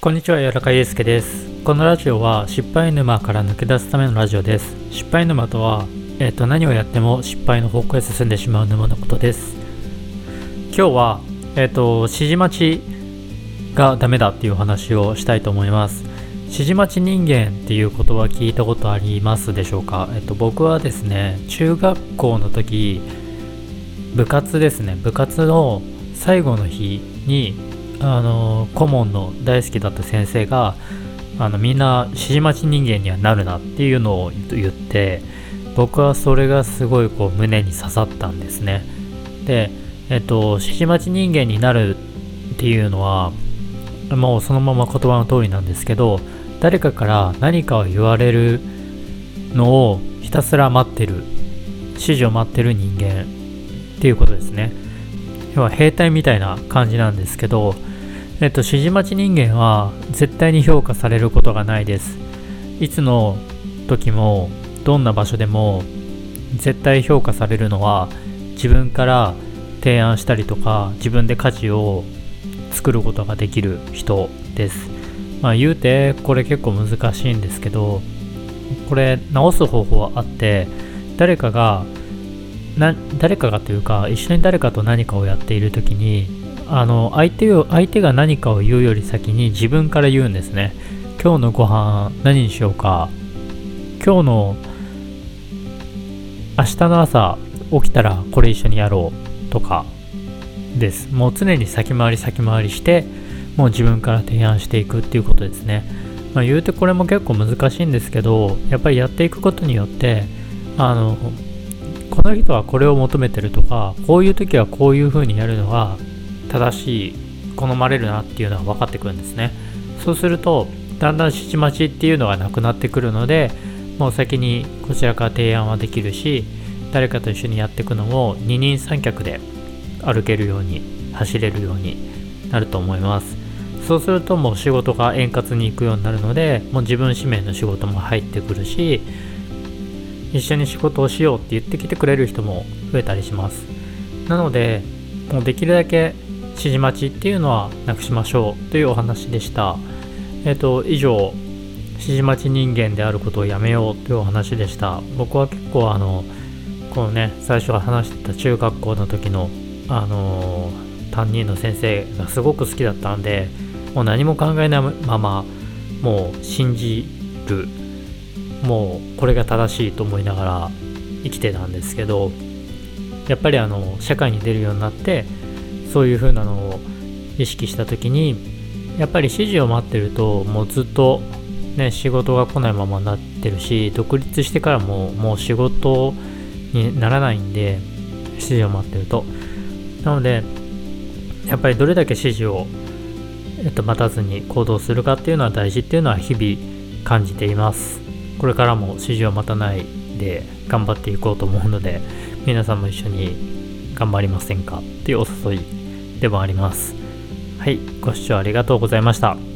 こんにちは、柔らかいゆうすけです。このラジオは失敗沼から抜け出すためのラジオです。失敗沼とは、何をやっても失敗の方向へ進んでしまう沼のことです。今日は、指示待ちがダメだっていう話をしたいと思います。指示待ち人間っていう言葉聞いたことありますでしょうか？僕はですね、中学校の時、部活の最後の日に顧問の大好きだった先生がみんな指示待ち人間にはなるなっていうのを言って、僕はそれがすごい胸に刺さったんですね。で、指示待ち人間になるっていうのはもうそのまま言葉の通りなんですけど、誰かから何かを言われるのをひたすら待ってる、指示を待ってる人間っていうことですね。要は兵隊みたいな感じなんですけど、指示待ち人間は絶対に評価されることがないです。いつの時もどんな場所でも絶対評価されるのは自分から提案したりとか自分で価値を作ることができる人です。言うてこれ結構難しいんですけど、これ直す方法はあって、誰かがというか一緒に誰かと何かをやっている時に相手が何かを言うより先に自分から言うんですね。今日のご飯何にしようか、今日の明日の朝起きたらこれ一緒にやろうとかです。もう常に先回りして、もう自分から提案していくっていうことですね。言うてこれも結構難しいんですけど、やっぱりやっていくことによってこの人はこれを求めてるとか、こういう時はこういう風にやるのが正しい、好まれるなっていうのが分かってくるんですね。そうするとだんだん指示待ちっていうのがなくなってくるので、もう先にこちらから提案はできるし、誰かと一緒にやっていくのも二人三脚で歩けるように走れるようになると思います。そうするともう仕事が円滑にいくようになるので、もう自分指名の仕事も入ってくるし、一緒に仕事をしようって言ってきてくれる人も増えたりします。なのでもうできるだけ指示待ちっていうのはなくしましょうというお話でした。以上、指示待ち人間であることをやめようというお話でした。僕は結構このね、最初話してた中学校の時の担任の先生がすごく好きだったんで、もう何も考えないままもう信じる、もうこれが正しいと思いながら生きてたんですけど、やっぱり社会に出るようになってそういう風なのを意識した時に、やっぱり指示を待ってるともうずっとね、仕事が来ないままになってるし、独立してからもう仕事にならないんで、指示を待ってると。なのでやっぱりどれだけ指示を待たずに行動するかっていうのは大事っていうのは日々感じています。これからも指示を待たないで頑張っていこうと思うので、皆さんも一緒に頑張りませんかっていうお誘いでもあります。はい、ご視聴ありがとうございました。